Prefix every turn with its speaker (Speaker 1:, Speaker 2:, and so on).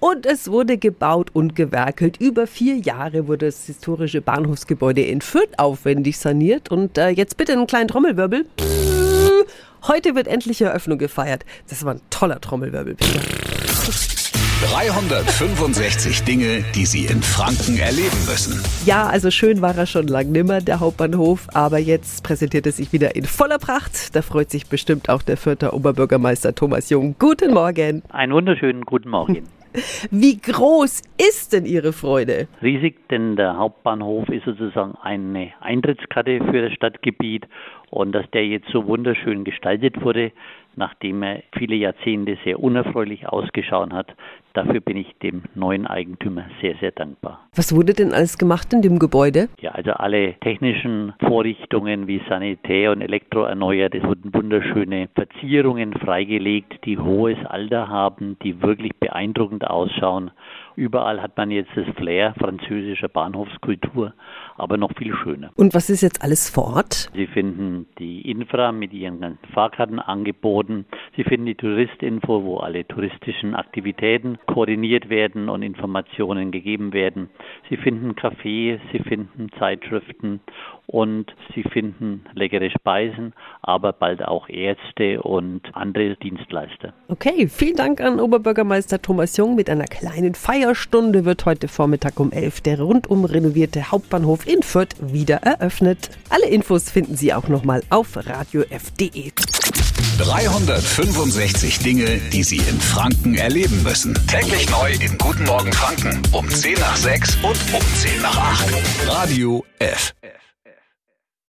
Speaker 1: Und es wurde gebaut und gewerkelt. Über 4 Jahre wurde das historische Bahnhofsgebäude in Fürth aufwendig saniert. Und jetzt bitte einen kleinen Trommelwirbel. Heute wird endlich Eröffnung gefeiert. Das war ein toller Trommelwirbel.
Speaker 2: 365 Dinge, die Sie in Franken erleben müssen.
Speaker 1: Ja, also schön war er schon lang nimmer, der Hauptbahnhof. Aber jetzt präsentiert er sich wieder in voller Pracht. Da freut sich bestimmt auch der Fürther Oberbürgermeister Thomas Jung. Guten Morgen.
Speaker 3: Einen wunderschönen guten Morgen.
Speaker 1: Wie groß ist denn Ihre Freude?
Speaker 3: Riesig, denn der Hauptbahnhof ist sozusagen eine Eintrittskarte für das Stadtgebiet. Und dass der jetzt so wunderschön gestaltet wurde, nachdem er viele Jahrzehnte sehr unerfreulich ausgeschaut hat, dafür bin ich dem neuen Eigentümer sehr, sehr dankbar.
Speaker 1: Was wurde denn alles gemacht in dem Gebäude?
Speaker 3: Ja, also alle technischen Vorrichtungen wie Sanitär und Elektro erneuert. Es wurden wunderschöne Verzierungen freigelegt, die hohes Alter haben, die wirklich beeindruckend ausschauen. Überall hat man jetzt das Flair französischer Bahnhofskultur, aber noch viel schöner.
Speaker 1: Und was ist jetzt alles vor Ort?
Speaker 3: Sie finden die Infra mit ihren ganzen Fahrkartenangeboten. Sie finden die Touristinfo, wo alle touristischen Aktivitäten koordiniert werden und Informationen gegeben werden. Sie finden Cafés, Sie finden Zeitschriften und Sie finden leckere Speisen, aber bald auch Ärzte und andere Dienstleister.
Speaker 1: Okay, vielen Dank an Oberbürgermeister Thomas Jung. Mit einer kleinen Feierstunde wird heute Vormittag um 11 der rundum renovierte Hauptbahnhof in Fürth wieder eröffnet. Alle Infos finden Sie auch nochmal auf radiof.de.
Speaker 2: 365 Dinge, die Sie in Franken erleben müssen. Täglich neu in Guten Morgen Franken um 10 nach 6 und um 10 nach 8. Radio F.